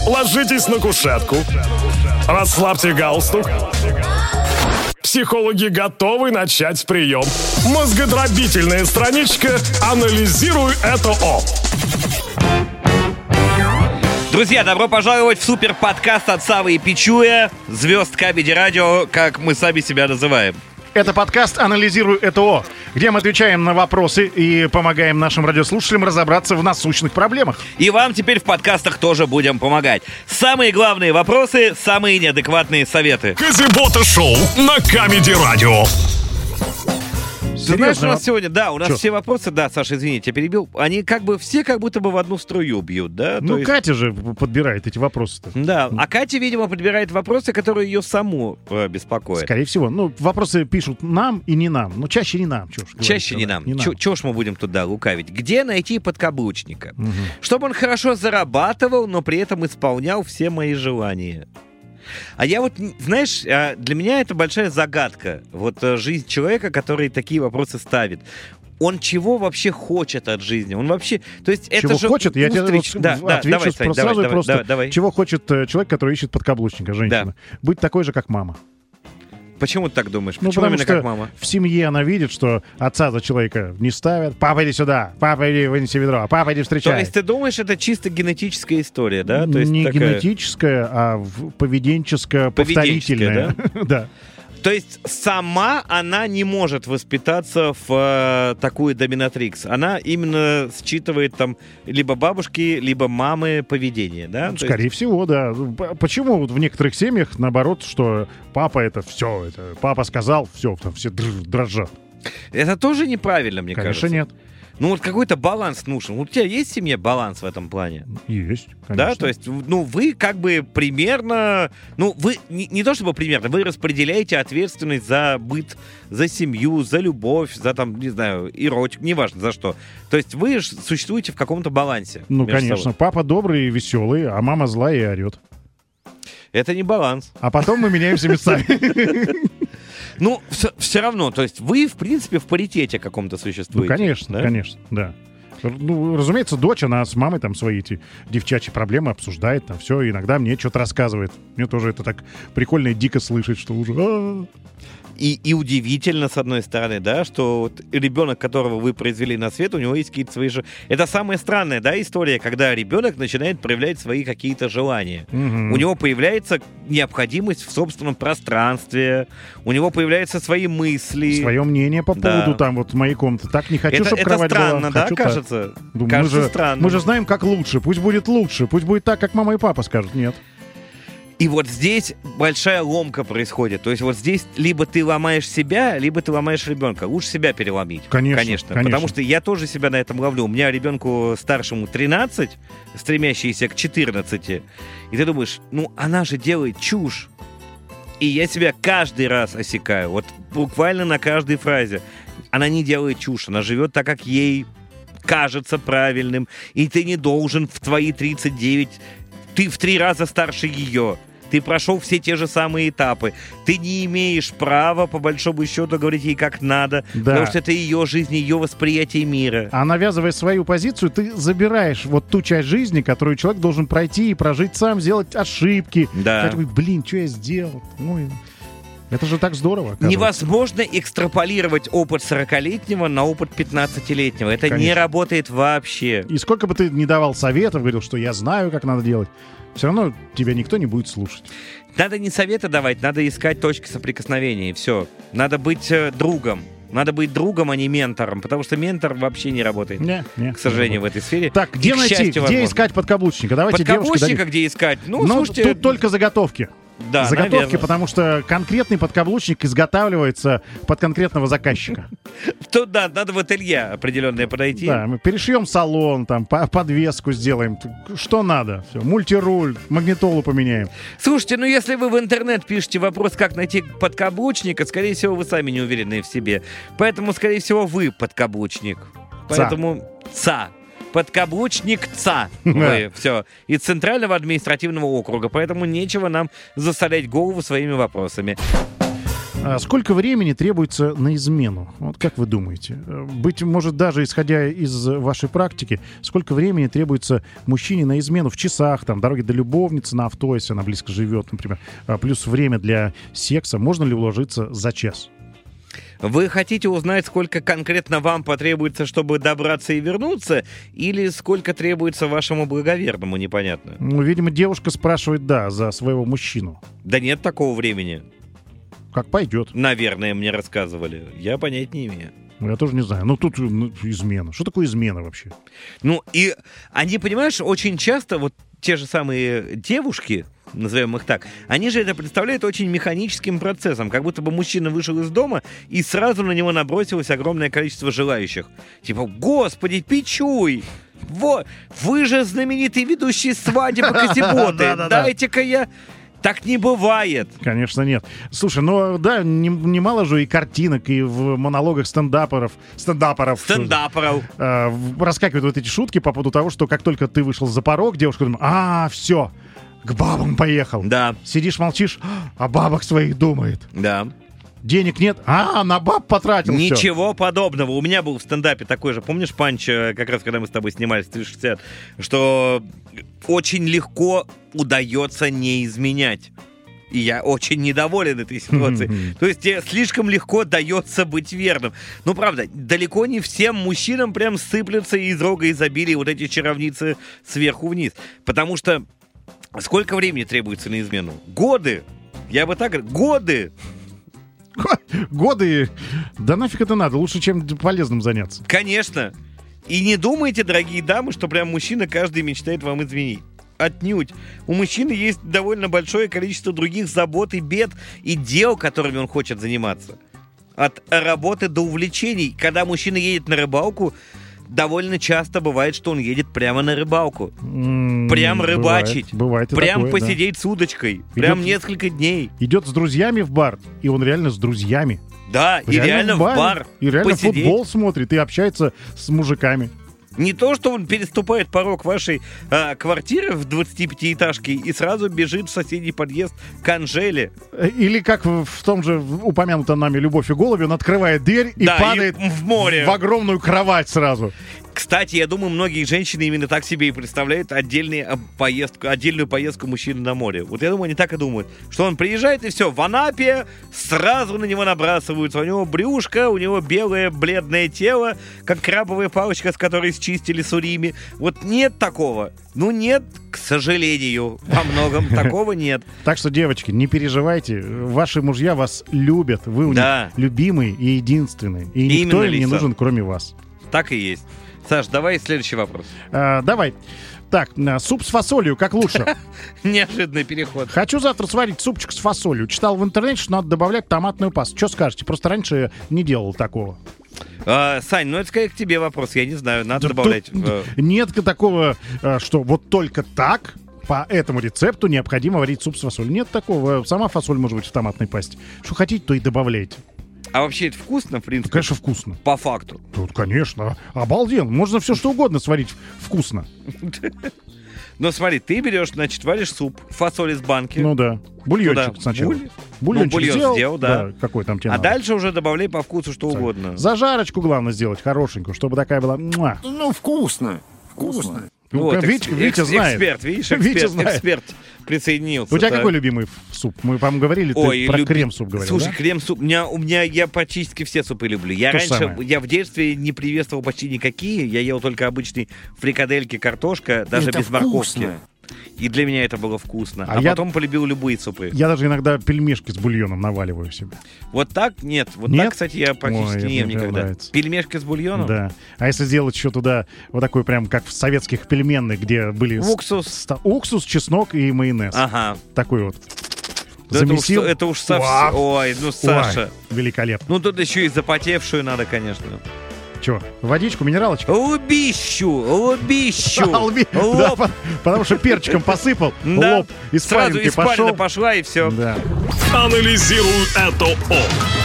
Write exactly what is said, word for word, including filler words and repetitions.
ложитесь на кушетку, расслабьте галстук. Психологи готовы начать прием. Мозгодробительная страничка «Анализируй это О». Друзья, добро пожаловать в супер-подкаст от Савы и Пичуя, звезд Камеди Радио, как мы сами себя называем. Это подкаст «Анализируй это О», где мы отвечаем на вопросы и помогаем нашим радиослушателям разобраться в насущных проблемах. И вам теперь в подкастах тоже будем помогать. Самые главные вопросы, самые неадекватные советы. Казибота шоу на Камеди Радио. Ты знаешь, у нас Серьезно? сегодня, да, у нас Чё? все вопросы, да, Саша, извини, тебя перебил, они как бы все как будто бы в одну струю бьют, да? То Ну, есть- Катя же подбирает эти вопросы-то. Да, а Катя, видимо, подбирает вопросы, которые ее саму э, беспокоят. Скорее всего. Ну, вопросы пишут нам и не нам. Но чаще не нам. Чё ж говорить, Чаще не да, нам. Чё, чё ж мы будем туда лукавить? Где найти подкаблучника? Мгм. Чтобы он хорошо зарабатывал, но при этом исполнял все мои желания. А я вот, н- знаешь, а, для меня это большая загадка. Вот э, жизнь человека, который такие вопросы ставит. Он чего вообще хочет от жизни? Он вообще... То есть это Чего же хочет? Я тебе устриц- вот да, да, отвечу давай, с- Сань, сразу давай, и просто. давай, давай. Чего хочет э, человек, который ищет подкаблучника, женщина? Быть такой же, как мама. Почему ты так думаешь? Ну, Почему потому именно что как мама? в семье она видит, что отца за человека не ставят. Папа, иди сюда. Папа, иди вынеси ведро. Папа, иди То встречай. есть ты думаешь, это чисто генетическая история, да? То есть не такая- генетическая, а в- поведенческая, повторительная. Да. То есть сама она не может воспитаться в э, такую доминатрикс. Она именно считывает там либо бабушки, либо мамы поведение, да? То Скорее есть- всего, да. П- Почему вот в некоторых семьях наоборот, что папа это все, это папа сказал, все, там все др- дрожат. это тоже неправильно, мне Конечно, кажется. нет. Ну вот какой-то баланс нужен. Вот у тебя есть в семье баланс в этом плане? Есть, конечно. Да, то есть, ну, вы как бы примерно, ну, вы, не, не то чтобы примерно, вы распределяете ответственность за быт, за семью, за любовь, за там, не знаю, эротику, неважно за что. То есть вы ж существуете в каком-то балансе. Ну, между конечно. собой. Папа добрый и веселый, а мама злая и орет. Это не баланс. А потом мы меняемся местами. Ну, все равно, то есть вы, в принципе, в паритете каком-то Ну, существуете. конечно, да? конечно, да. Ну, разумеется, дочь, она с мамой там свои эти девчачьи проблемы обсуждает, там все, иногда мне что-то рассказывает. Мне тоже это так прикольно и дико слышать, что уже... «А-а-а». И, и удивительно, с одной стороны, да, что вот ребенок, которого вы произвели на свет, у него есть какие-то свои же... Это самая странная, да, история, когда ребенок начинает проявлять свои какие-то желания. Мгм. У него появляется необходимость в собственном пространстве, у него появляются свои мысли. Свое мнение по Да. поводу там вот моей комнаты. Так не хочу, это чтобы это кровать странно, была. да, хочу так. кажется? Думаю, кажется мы же, странно. мы же знаем, как лучше. Пусть будет лучше. Пусть будет так, как мама и папа скажут. Нет. И вот здесь большая ломка происходит. То есть вот здесь либо ты ломаешь себя, либо ты ломаешь ребенка. Лучше себя переломить. Конечно, Конечно. конечно. Потому что я тоже себя на этом ловлю. У меня ребенку старшему тринадцать, стремящийся к четырнадцати. И ты думаешь, ну она же делает чушь. И я себя каждый раз осекаю. Вот буквально на каждой фразе. Она не делает чушь. Она живет так, как ей кажется правильным. И ты не должен в твои тридцать девять... Ты в три раза старше ее. Ты прошел все те же самые этапы. Ты не имеешь права, по большому счету, говорить ей как надо, Да. потому что это ее жизнь, ее восприятие мира. А навязывая свою позицию, ты забираешь вот ту часть жизни, которую человек должен пройти и прожить сам, сделать ошибки. Да. Сказать, «Ой, блин, что я сделал? Ну, и- это же так здорово. оказывается. Невозможно экстраполировать опыт сорокалетнего на опыт пятнадцатилетнего. Это не Конечно. работает вообще. И сколько бы ты ни давал советов, говорил, что я знаю, как надо делать, все равно тебя никто не будет слушать. Надо не советы давать, надо искать точки соприкосновения, и все. Надо быть э, другом. Надо быть другом, а не ментором, потому что ментор вообще не работает. Не, не, К сожалению, в этой сфере. Так, где И, к найти, счастью, где возможно. искать подкаблучника? Давайте, девушки, Подкаблучника дадим. где искать? Ну, Ну, слушайте... тут только заготовки. Да, заготовки, наверное. потому что конкретный подкаблучник изготавливается под конкретного заказчика. Тут, да, надо в ателье определенное подойти. Да, мы перешьем салон, там, по- подвеску сделаем. Что надо? Все, мультируль, магнитолу поменяем. Слушайте, ну если вы в интернет пишете вопрос, как найти подкаблучника, скорее всего, вы сами не уверены в себе. Поэтому, скорее всего, вы подкаблучник. Поэтому ца. Подкаблучник ца. Вы, все. Из Центрального административного округа. Поэтому нечего нам засорять голову своими вопросами. А сколько времени требуется на измену? Вот как вы думаете? Быть может, даже исходя из вашей практики, сколько времени требуется мужчине на измену в часах, там, дороги до любовницы на авто, если она близко живет, например, плюс время для секса, можно ли уложиться за час? Вы хотите узнать, сколько конкретно вам потребуется, чтобы добраться и вернуться, или сколько требуется вашему благоверному, непонятно? Ну, видимо, девушка спрашивает, да, за своего мужчину. Да нет такого времени. Как пойдет. Наверное, мне рассказывали. Я понять не имею. Я тоже не знаю. Ну, тут ну, измена. Что такое измена вообще? Ну, и они, понимаешь, очень часто вот те же самые девушки, назовем их так, они же это представляют очень механическим процессом, как будто бы мужчина вышел из дома и сразу на него набросилось огромное количество желающих. Типа, господи, пичуй! Вот, вы же знаменитый ведущий свадеб Казиботы, дайте-ка я... Так не бывает. Конечно, нет. Слушай, ну да, немало же и картинок, и в монологах стендаперов, стендаперов, стендаперов. Э, раскакивают вот эти шутки по поводу того, что как только ты вышел за порог, девушка думает, а, все, к бабам поехал. Да. Сидишь, молчишь, о бабах своих думает. Да. Денег нет, а, на баб потратил. Ничего все. подобного. У меня был в стендапе такой же. Помнишь, Панч, как раз когда мы с тобой снимались триста шестьдесят, что очень легко удается не изменять. И я очень недоволен этой ситуацией. То есть тебе слишком легко дается быть верным. Ну, правда, далеко не всем мужчинам прям сыплются из рога изобилия вот эти чаровницы сверху вниз. Потому что сколько времени требуется на измену? Годы. Я бы так говорил. Годы. Годы, да нафиг это надо, лучше чем полезным заняться. Конечно. И не думайте, дорогие дамы, что прям мужчина каждый мечтает вам изменить. Отнюдь. У мужчины есть довольно большое количество других забот и бед, и дел, которыми он хочет заниматься. От работы до увлечений. Когда мужчина едет на рыбалку, довольно часто бывает, что он едет прямо на рыбалку. Mm, прям рыбачить. Бывает, бывает прям такое, посидеть да. с удочкой. Идет, прям несколько дней. Идет с друзьями в бар, и он реально с друзьями. Да, реально и реально в, в бар. И реально посидеть. Футбол смотрит и общается с мужиками. Не то, что он переступает порог вашей а, квартиры в двадцатипятиэтажке и сразу бежит в соседний подъезд к Анжеле. Или как в, в том же упомянутом нами «Любовь и голуби», он открывает дверь и да, падает и в море. В огромную кровать сразу. Кстати, я думаю, многие женщины именно так себе и представляют отдельную поездку, отдельную поездку мужчины на море. Вот я думаю, они так и думают, что он приезжает и все, в Анапе сразу на него набрасываются. У него брюшко, у него белое бледное тело, как крабовая палочка, с которой счистили сурими. Вот нет такого. Ну нет, к сожалению, во многом такого нет. Так что, девочки, не переживайте, ваши мужья вас любят, вы у да. них любимые и единственные. И никто им не нужен, кроме вас. Так и есть. Саш, давай следующий вопрос. А, давай. Так, суп с фасолью, как лучше? Неожиданный переход. Хочу завтра сварить супчик с фасолью. Читал в интернете, что надо добавлять томатную пасту. Что скажете? Просто раньше я не делал такого. А, Сань, ну это скорее к тебе вопрос. Я не знаю, надо да, добавлять. Тут, в... Нет такого, что вот только так по этому рецепту необходимо варить суп с фасолью. Нет такого. Сама фасоль может быть в томатной пасте. Что хотите, то и добавляйте. А вообще это вкусно, в принципе? Ну, конечно, вкусно. По факту. Тут, конечно. Обалденно. Можно все что угодно сварить вкусно. Но смотри, ты берешь, значит, варишь суп, фасоль из банки. Ну да. Бульончик Туда. Сначала. Буль... Бульончик ну, бульон сделал, сделал, да. да. Какой там тебе А надо. дальше уже добавляй по вкусу что так. угодно. Зажарочку главное сделать хорошенькую, чтобы такая была... Ну, вкусно. Вкусно. Ну, вот, Витя, экс, Витя знает. Эксперт, видишь, эксперт, Витя знает. эксперт присоединился. У тебя так. какой любимый суп? Мы, по-моему, говорили, Ой, ты про люб... крем-суп говорил, Слушай, да? крем-суп, у меня, у меня, я практически все супы люблю. Я То раньше, я в детстве не приветствовал почти никакие, я ел только обычный фрикадельки, картошка, даже это без морковки. Вкусно. И для меня это было вкусно. А, а я... потом полюбил любые супы. Я даже иногда пельмешки с бульоном наваливаю себе. Вот так? Нет. Вот Нет? так, кстати, я практически Ой, не ем никогда. нравится. Пельмешки с бульоном? Да. А если сделать еще туда вот такой прям, как в советских пельменных, где были... Уксус. Ст... Уксус, чеснок и майонез. Ага. Такой вот. Да замесил. Это уж, это уж совсем... Ой, ну, Саша. Ой, великолепно. Ну, тут еще и запотевшую надо, конечно. Че, водичку, минералочку? Лубищу, лубищу. Лоби... Лоб. Да, потому что перчиком посыпал, да. лоб Сразу испаринкой испарина пошел. пошла и все. Да. Анализируй это ок.